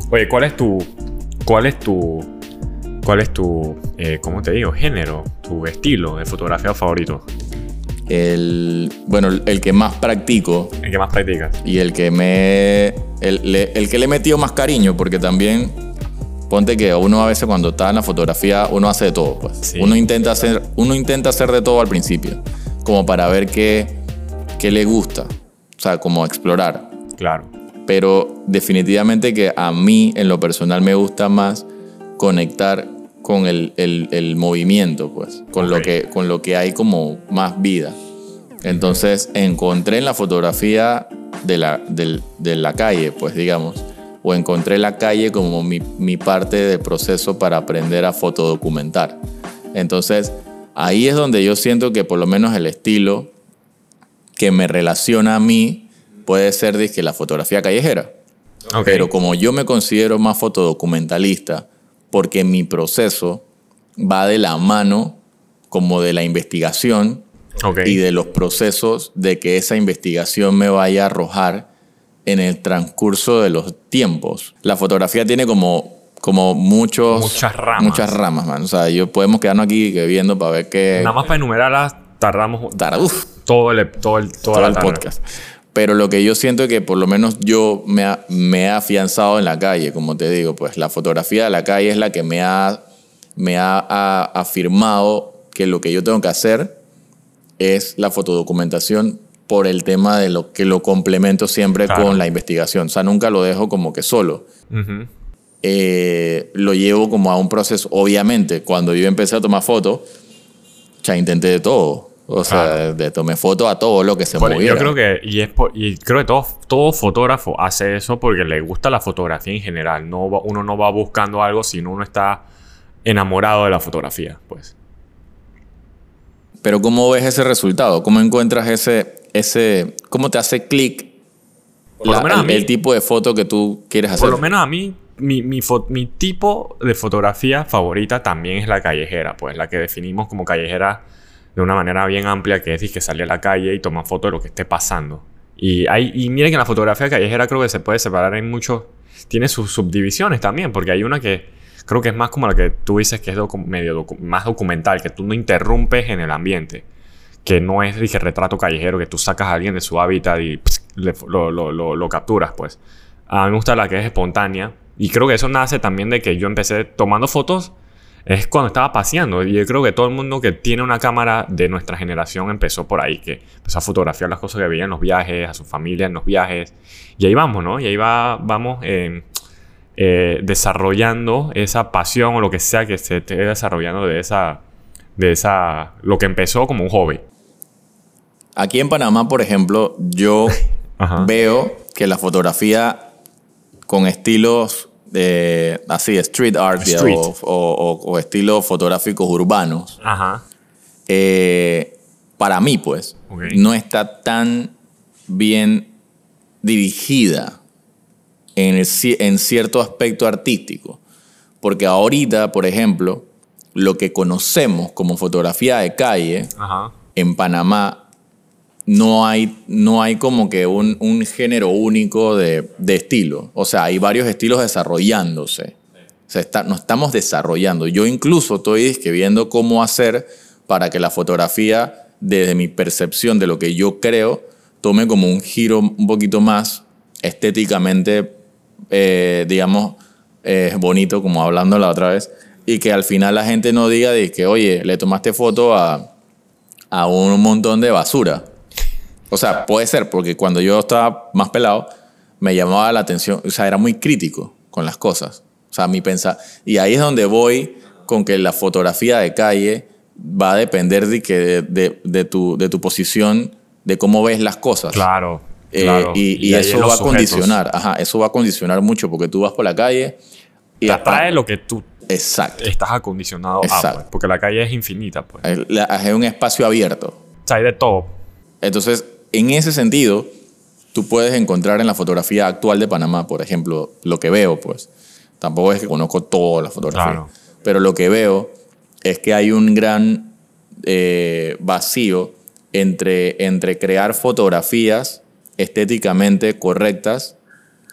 Oye, ¿cómo te digo? Género, tu estilo de fotografía favorito. El que más practico. ¿El que más practicas? Y el que le he metido más cariño, porque también ponte que uno a veces cuando está en la fotografía uno hace de todo, pues. Sí. Uno intenta hacer de todo al principio, como para ver qué le gusta, o sea, como explorar. Claro. Pero definitivamente que a mí en lo personal me gusta más conectar con el movimiento, pues, con lo que hay como más vida. Entonces encontré en la fotografía de la calle, pues digamos, o encontré la calle como mi parte del proceso para aprender a fotodocumentar. Entonces ahí es donde yo siento que por lo menos el estilo que me relaciona a mí puede ser de que la fotografía callejera. Okay. Pero como yo me considero más fotodocumentalista, porque mi proceso va de la mano como de la investigación, Okay. y de los procesos de que esa investigación me vaya a arrojar en el transcurso de los tiempos. La fotografía tiene como muchas ramas, man. O sea, podemos quedarnos aquí viendo para ver qué... Nada más para enumerarlas tardamos todo el la podcast. Pero lo que yo siento es que por lo menos yo me he afianzado en la calle, como te digo, pues la fotografía de la calle es la que me ha afirmado que lo que yo tengo que hacer es la fotodocumentación por el tema de lo que lo complemento siempre con la investigación. O sea, nunca lo dejo como que solo. Uh-huh. Lo llevo como a un proceso. Obviamente, cuando yo empecé a tomar fotos, ya intenté de todo. O sea, tomé fotos a todo lo que se moviera. Yo creo que, creo que todo fotógrafo hace eso porque le gusta la fotografía en general. Uno no va buscando algo, sino uno está enamorado de la fotografía, pues. Pero ¿cómo ves ese resultado? ¿Cómo encuentras cómo te hace clic el tipo de foto que tú quieres hacer? Por lo menos a mí, mi tipo de fotografía favorita también es la callejera, pues la que definimos como callejera de una manera bien amplia, que es que sale a la calle y toma fotos de lo que esté pasando. Y miren que en la fotografía callejera creo que se puede separar en muchos... Tiene sus subdivisiones también, porque hay una que creo que es más como la que tú dices, que es más documental, que tú no interrumpes en el ambiente, que no es dije, retrato callejero, que tú sacas a alguien de su hábitat y lo capturas, pues. A mí me gusta la que es espontánea, y creo que eso nace también de que yo empecé tomando fotos es cuando estaba paseando, y yo creo que todo el mundo que tiene una cámara de nuestra generación empezó por ahí, que empezó a fotografiar las cosas que veía en los viajes, a su familia en los viajes, y ahí vamos, ¿no? Y ahí vamos desarrollando esa pasión o lo que sea que se esté desarrollando de esa lo que empezó como un hobby. Aquí en Panamá, por ejemplo, yo veo que la fotografía con estilos así, street art o estilos fotográficos urbanos, para mí, pues, no está tan bien dirigida en cierto aspecto artístico. Porque ahorita, por ejemplo, lo que conocemos como fotografía de calle en Panamá, no hay como que un género único de estilo. O sea, hay varios estilos desarrollándose. O sea, nos estamos desarrollando. Yo incluso estoy viendo cómo hacer para que la fotografía, desde mi percepción de lo que yo creo, tome como un giro un poquito más estéticamente, digamos, bonito, como hablando la otra vez, y que al final la gente no diga de que, oye, le tomaste foto a un montón de basura. O sea, puede ser, porque cuando yo estaba más pelado, me llamaba la atención, o sea, era muy crítico con las cosas. O sea, y ahí es donde voy con que la fotografía de calle va a depender de tu posición, de cómo ves las cosas. Claro. Y eso va a condicionar. Eso va a condicionar mucho, porque tú vas por la calle y te atrae lo que tú estás acondicionado a, pues, porque la calle es infinita, pues. Es un espacio abierto. O sea, hay de todo. Entonces, en ese sentido, tú puedes encontrar en la fotografía actual de Panamá, por ejemplo, lo que veo, pues, tampoco es que conozco toda la fotografía, pero lo que veo es que hay un gran vacío entre crear fotografías estéticamente correctas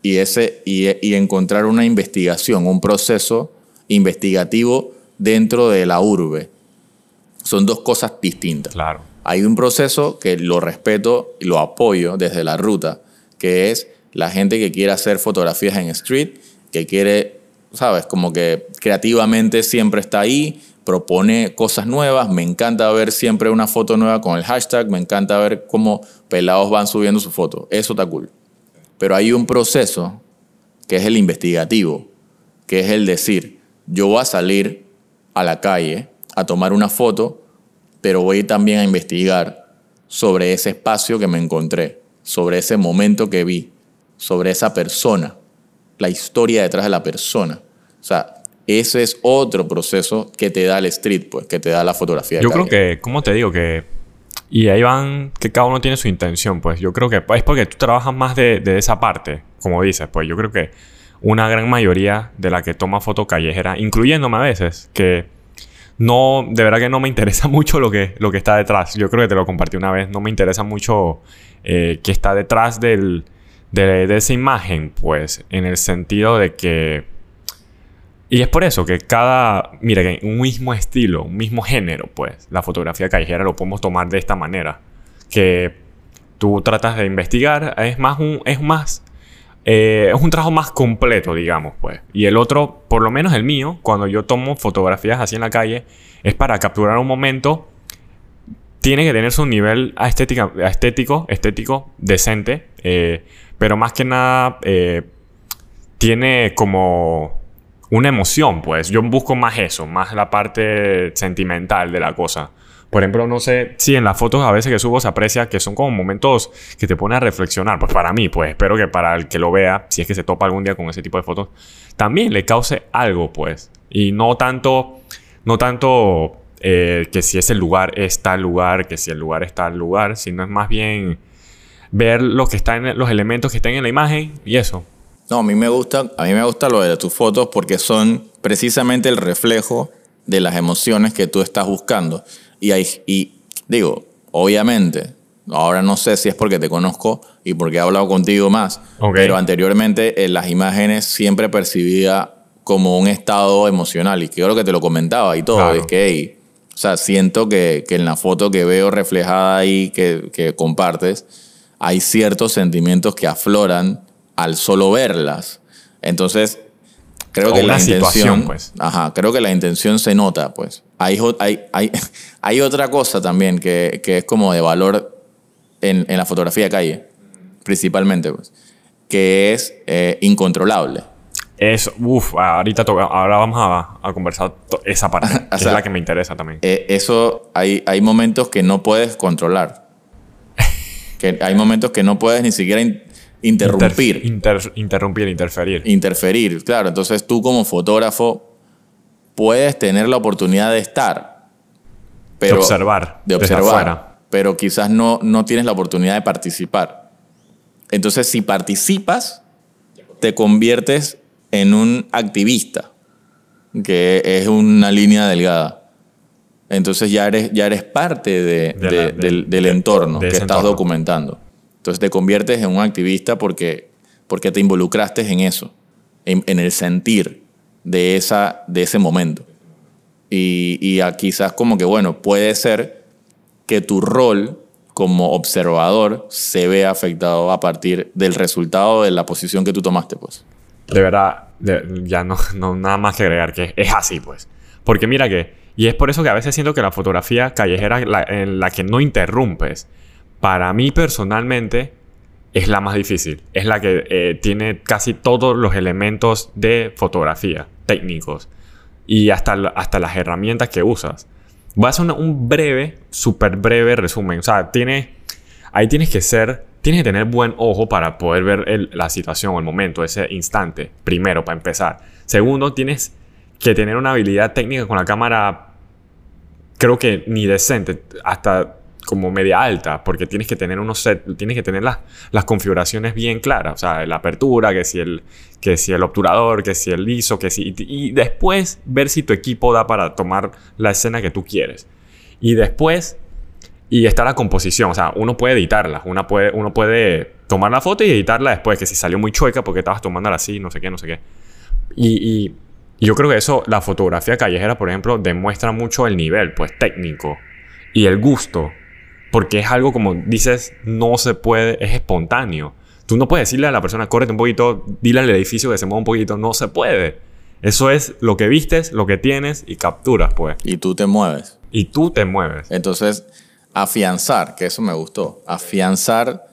y encontrar una investigación, un proceso investigativo dentro de la urbe. Son dos cosas distintas. Claro. Hay un proceso que lo respeto y lo apoyo desde la ruta, que es la gente que quiere hacer fotografías en street, que quiere, ¿sabes? Como que creativamente siempre está ahí, propone cosas nuevas. Me encanta ver siempre una foto nueva con el hashtag, me encanta ver cómo pelados van subiendo su foto. Eso está cool. Pero hay un proceso que es el investigativo, que es el decir, yo voy a salir a la calle a tomar una foto, pero voy también a investigar sobre ese espacio que me encontré, sobre ese momento que vi, sobre esa persona, la historia detrás de la persona. O sea, ese es otro proceso que te da el street, pues, que te da la fotografía de Yo calle. creo que, ¿cómo te digo? Y ahí van, que cada uno tiene su intención, pues. Yo creo que es porque tú trabajas más de esa parte, como dices, pues. Yo creo que una gran mayoría de la que toma foto callejera, incluyéndome a veces, que no, de verdad que no me interesa mucho lo que está detrás. Yo creo que te lo compartí una vez. No me interesa mucho qué está detrás de esa imagen, pues. En el sentido de que... Y es por eso que mira, que un mismo estilo, un mismo género, pues. La fotografía callejera lo podemos tomar de esta manera. Que tú tratas de investigar. Es un trabajo más completo, digamos, pues. Y el otro, por lo menos el mío, cuando yo tomo fotografías así en la calle, es para capturar un momento. Tiene que tener su nivel estético decente. Pero más que nada, tiene como una emoción, pues. Yo busco más eso, más la parte sentimental de la cosa. Por ejemplo, no sé si en las fotos a veces que subo se aprecia que son como momentos que te ponen a reflexionar. Pues para mí, pues espero que para el que lo vea, si es que se topa algún día con ese tipo de fotos, también le cause algo, pues. Y no tanto que si ese lugar es tal lugar, que si el lugar es tal lugar, sino es más bien ver lo que está los elementos que están en la imagen y eso. No, a mí me gusta lo de tus fotos porque son precisamente el reflejo de las emociones que tú estás buscando. Y digo, obviamente, ahora no sé si es porque te conozco y porque he hablado contigo más, pero anteriormente en las imágenes siempre percibía como un estado emocional y creo que te lo comentaba y todo. Claro. Es que, o sea, siento que en la foto que veo reflejada ahí, que compartes, hay ciertos sentimientos que afloran al solo verlas. Entonces, creo que la intención, pues. Creo que la intención se nota, pues. Hay otra cosa también que es como de valor en la fotografía de calle, principalmente, pues, que es incontrolable. Ahora vamos a conversar esa parte, que es la que me interesa también. Eso, hay momentos que no puedes controlar. Que hay momentos que no puedes ni siquiera interrumpir. Interferir, claro. Entonces tú como fotógrafo puedes tener la oportunidad de estar. De observar. Pero quizás no tienes la oportunidad de participar. Entonces si participas, te conviertes en un activista, que es una línea delgada. Entonces ya eres parte del entorno que estás documentando. Entonces te conviertes en un activista porque te involucraste en eso, en el sentir de ese momento. Y quizás como que, bueno, puede ser que tu rol como observador se vea afectado a partir del resultado de la posición que tú tomaste, pues. De verdad, ya no nada más que agregar, que es así, pues. Porque mira y es por eso que a veces siento que la fotografía callejera, en la que no interrumpes, para mí personalmente es la más difícil. Es la que tiene casi todos los elementos de fotografía, técnicos. Y hasta las herramientas que usas. Voy a hacer un súper breve resumen. O sea, ahí tienes que tener buen ojo para poder ver la situación o el momento, ese instante. Primero, para empezar. Segundo, tienes que tener una habilidad técnica con la cámara, creo que ni decente, hasta como media alta, porque tienes que tener tienes que tener las configuraciones bien claras. O sea, la apertura, que si el obturador, que si el ISO, y después ver si tu equipo da para tomar la escena que tú quieres. Y después Y está la composición, o sea, uno puede editarla, uno puede tomar la foto y editarla después, que si salió muy chueca porque estabas tomándola así, no sé qué, no sé qué. Y yo creo que eso, la fotografía callejera, por ejemplo, demuestra mucho el nivel, pues, técnico y el gusto. Porque es algo, como dices, no se puede, es espontáneo. Tú no puedes decirle a la persona, córrete un poquito, dile al edificio que se mueva un poquito. No se puede. Eso es lo que vistes, lo que tienes y capturas, pues. Y tú te mueves. Y tú te mueves. Entonces, afianzar, que eso me gustó, afianzar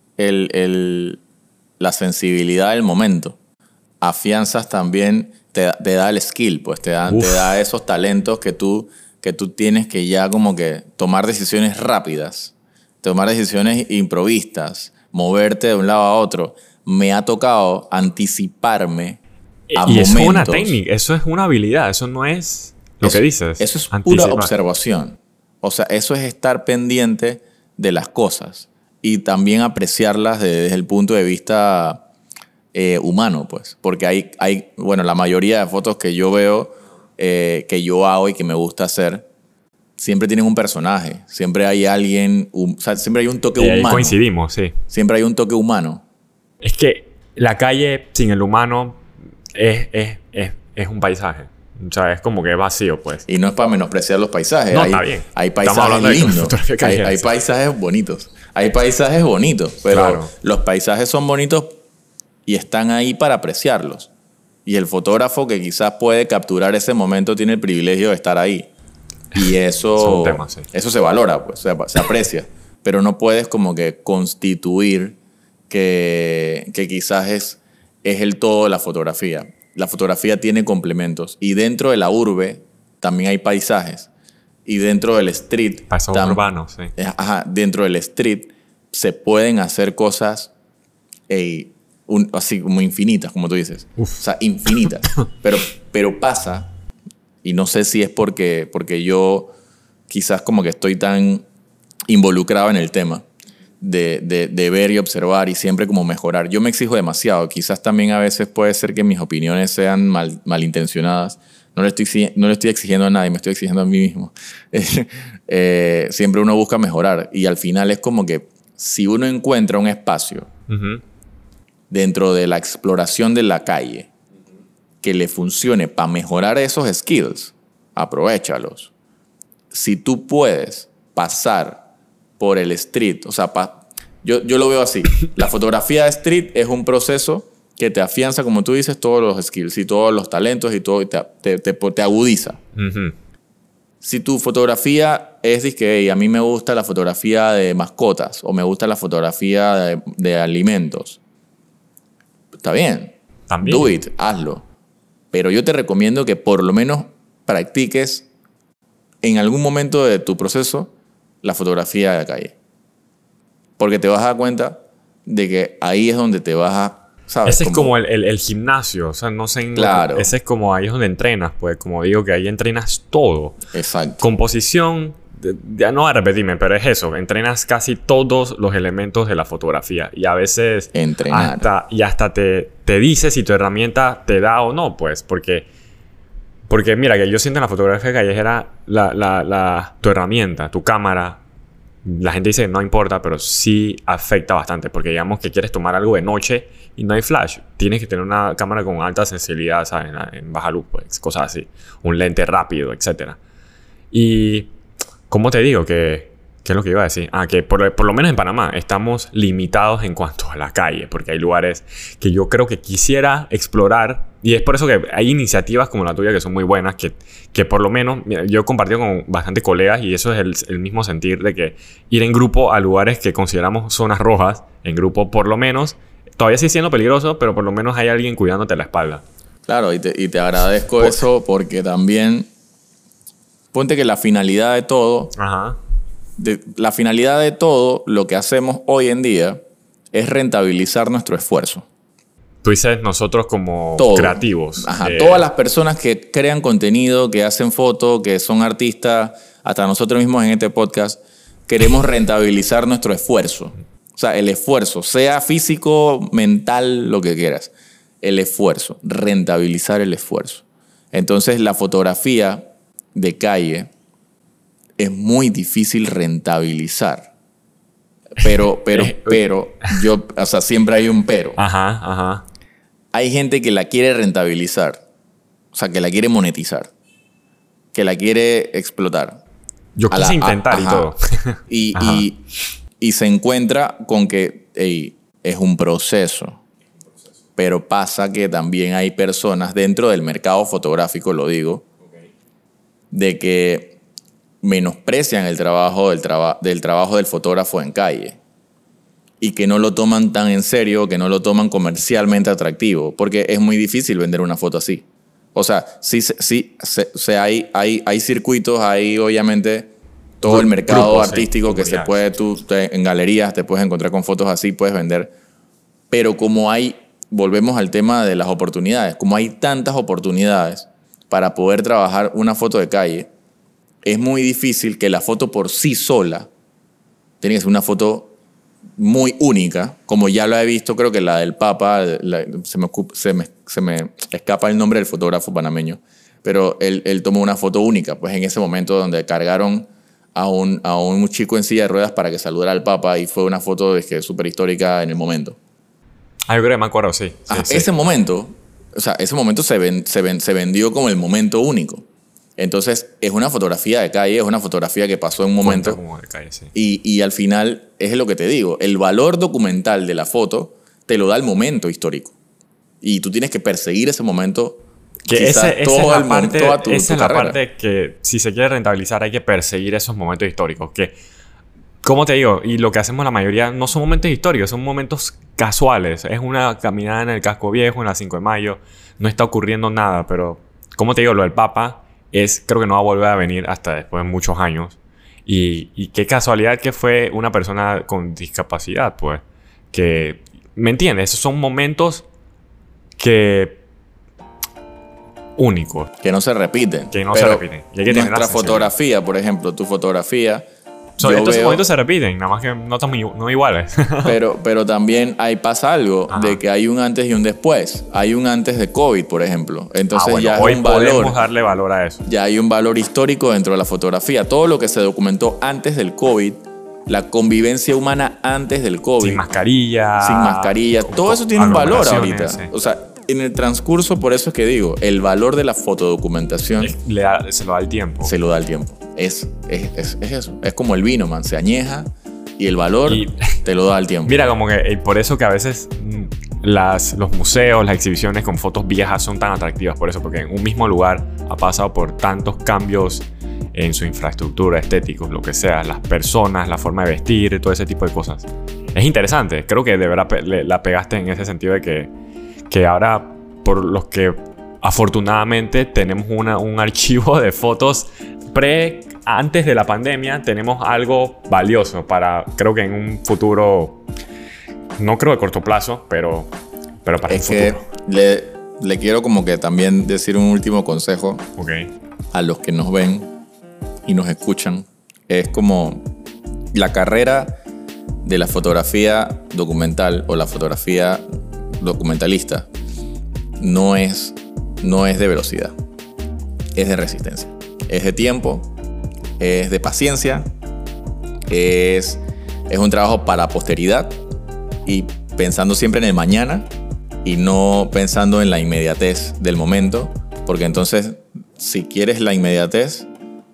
la sensibilidad del momento. Afianzas también, te da el skill, pues te da esos talentos que tú tienes que ya como que tomar decisiones rápidas, tomar decisiones improvistas, moverte de un lado a otro. Me ha tocado anticiparme a momentos. Eso es una técnica, eso es una habilidad, eso no es lo que dices. Eso es pura observación. O sea, eso es estar pendiente de las cosas y también apreciarlas desde el punto de vista humano, pues. Porque bueno, la mayoría de fotos que yo veo, que yo hago y que me gusta hacer, siempre tienen un personaje. Siempre hay alguien, o sea, siempre hay un toque humano. Ahí coincidimos, sí. Siempre hay un toque humano. Es que la calle sin el humano es un paisaje. O sea, es como que es vacío, pues. Y no es para menospreciar los paisajes. No, está bien. Hay paisajes lindos. Hay paisajes bonitos. Hay paisajes bonitos. Pero claro, los paisajes son bonitos y están ahí para apreciarlos. Y el fotógrafo que quizás puede capturar ese momento tiene el privilegio de estar ahí. Y eso, es un tema, sí. Eso se valora, pues, se aprecia. Pero no puedes como que constituir que quizás es el todo de la fotografía. La fotografía tiene complementos. Y dentro de la urbe también hay paisajes. Y dentro del street... Paisajes urbanos, sí. Ajá, dentro del street se pueden hacer cosas así como infinitas, como tú dices. Uf. O sea, infinitas. pero pasa, y no sé si es porque yo quizás como que estoy tan involucrado en el tema de ver y observar y siempre como mejorar. Yo me exijo demasiado. Quizás también a veces puede ser que mis opiniones sean malintencionadas. No le estoy exigiendo a nadie, me estoy exigiendo a mí mismo. Siempre uno busca mejorar. Y al final es como que si uno encuentra un espacio dentro de la exploración de la calle que le funcione para mejorar esos skills, aprovéchalos. Si tú puedes pasar por el street, o sea, yo lo veo así. La fotografía de street es un proceso que te afianza, como tú dices, todos los skills y todos los talentos y todo, y te agudiza. Si tu fotografía es que hey, a mí me gusta la fotografía de mascotas o me gusta la fotografía de alimentos, está bien. También. Do it, hazlo. Pero yo te recomiendo que por lo menos practiques en algún momento de tu proceso la fotografía de la calle. Porque te vas a dar cuenta de que ahí es donde te vas a... ¿sabes? Ese es como el gimnasio. O sea, no sé... Claro. Ese es como ahí es donde entrenas. Pues como digo, que ahí entrenas todo. Exacto. Composición... Ya no voy a repetirme, pero es eso. Entrenas casi todos los elementos de la fotografía. Y a veces... Entrenar. Hasta te dice si tu herramienta te da o no, pues. Porque mira, que yo siento en la fotografía callejera tu herramienta, tu cámara, la gente dice no importa, pero sí afecta bastante. Porque digamos que quieres tomar algo de noche y no hay flash. Tienes que tener una cámara con alta sensibilidad, ¿sabes? En baja luz, pues, cosas así. Un lente rápido, etc. Y, ¿cómo te digo? ¿Qué es lo que iba a decir? Que por lo menos en Panamá estamos limitados en cuanto a la calle. Porque hay lugares que yo creo que quisiera explorar. Y es por eso que hay iniciativas como la tuya que son muy buenas. Que por lo menos, mira, yo he compartido con bastantes colegas. Y eso es el mismo sentir de que ir en grupo a lugares que consideramos zonas rojas. En grupo por lo menos. Todavía sigue siendo peligroso, pero por lo menos hay alguien cuidándote la espalda. Claro, y te agradezco eso porque también... Ponte que la finalidad de todo... Ajá. La finalidad de todo lo que hacemos hoy en día es rentabilizar nuestro esfuerzo. Tú dices nosotros como creativos. Ajá, todas las personas que crean contenido, que hacen fotos, que son artistas, hasta nosotros mismos en este podcast, queremos rentabilizar nuestro esfuerzo. O sea, el esfuerzo, sea físico, mental, lo que quieras. El esfuerzo, rentabilizar el esfuerzo. Entonces, la fotografía de calle es muy difícil rentabilizar. Pero, yo, o sea, siempre hay un pero. Ajá. Hay gente que la quiere rentabilizar, o sea, que la quiere monetizar, que la quiere explotar. Yo quise intentar y todo. Y se encuentra con que es un proceso. Pero pasa que también hay personas dentro del mercado fotográfico, lo digo, de que menosprecian el trabajo del fotógrafo en calle y que no lo toman tan en serio, que no lo toman comercialmente atractivo, porque es muy difícil vender una foto así. O sea, hay circuitos, hay obviamente todo el mercado grupos, artístico que se puede, en galerías te puedes encontrar con fotos así, puedes vender, pero volvemos al tema de las oportunidades, como hay tantas oportunidades para poder trabajar una foto de calle, es muy difícil que la foto por sí sola tiene que ser una foto muy única, como ya lo he visto, creo que la del Papa, se me escapa el nombre del fotógrafo panameño, pero él tomó una foto única, pues en ese momento donde cargaron a un chico en silla de ruedas para que saludara al Papa y fue una foto súper histórica en el momento. Yo creo que me acuerdo, sí. Ese momento, se vendió como el momento único. Entonces, es una fotografía de calle, es una fotografía que pasó en un momento. Como de calle, sí. Y al final, es lo que te digo, el valor documental de la foto te lo da el momento histórico. Y tú tienes que perseguir ese momento. Que esa es la parte que, si se quiere rentabilizar, hay que perseguir esos momentos históricos. Que, como te digo, y lo que hacemos la mayoría no son momentos históricos, son momentos casuales. Es una caminada en el Casco Viejo, en la 5 de Mayo. No está ocurriendo nada, pero, como te digo, lo del Papa creo que no va a volver a venir hasta después de muchos años. Y qué casualidad que fue una persona con discapacidad, pues. Que, ¿me entiendes? Esos son momentos únicos. Que no se repiten. Y hay que nuestra fotografía, por ejemplo, tu fotografía... Estos momentos se repiten, nada más que no iguales. pero también pasa algo de que hay un antes y un después. Hay un antes de COVID, por ejemplo. Entonces ya hoy podemos darle valor a eso. Ya hay un valor histórico dentro de la fotografía. Todo lo que se documentó antes del COVID, la convivencia humana antes del COVID. Sin mascarilla. Todo eso tiene un valor ahorita. Sí. O sea, en el transcurso, por eso es que digo, el valor de la fotodocumentación se lo da el tiempo. Se lo da el tiempo. Es eso. Es como el vino, man. Se añeja y el valor te lo da el tiempo. Mira, como que por eso que a veces los museos, las exhibiciones con fotos viejas son tan atractivas. Por eso, porque en un mismo lugar ha pasado por tantos cambios en su infraestructura, estéticos, lo que sea, las personas, la forma de vestir, todo ese tipo de cosas. Es interesante. Creo que de verdad la pegaste en ese sentido de que ahora, por los que afortunadamente tenemos un archivo de fotos antes de la pandemia, tenemos algo valioso para, creo que en un futuro, no creo de corto plazo, pero para el futuro. Le quiero como que también decir un último consejo a los que nos ven y nos escuchan. Es como la carrera de la fotografía documental o la fotografía documentalista no es de velocidad, es de resistencia. Es de tiempo, es de paciencia, es un trabajo para posteridad y pensando siempre en el mañana y no pensando en la inmediatez del momento, porque entonces si quieres la inmediatez,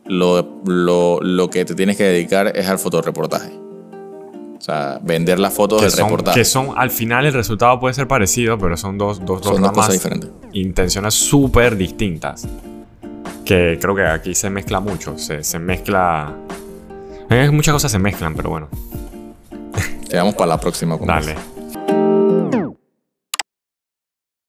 lo que te tienes que dedicar es al fotoreportaje. O sea, vender las fotos del reportaje. Que son, al final el resultado puede ser parecido, pero son dos cosas diferentes. Intenciones súper distintas. Que creo que aquí se mezcla mucho. Se mezcla... muchas cosas se mezclan, pero bueno. Quedamos para la próxima. Dale.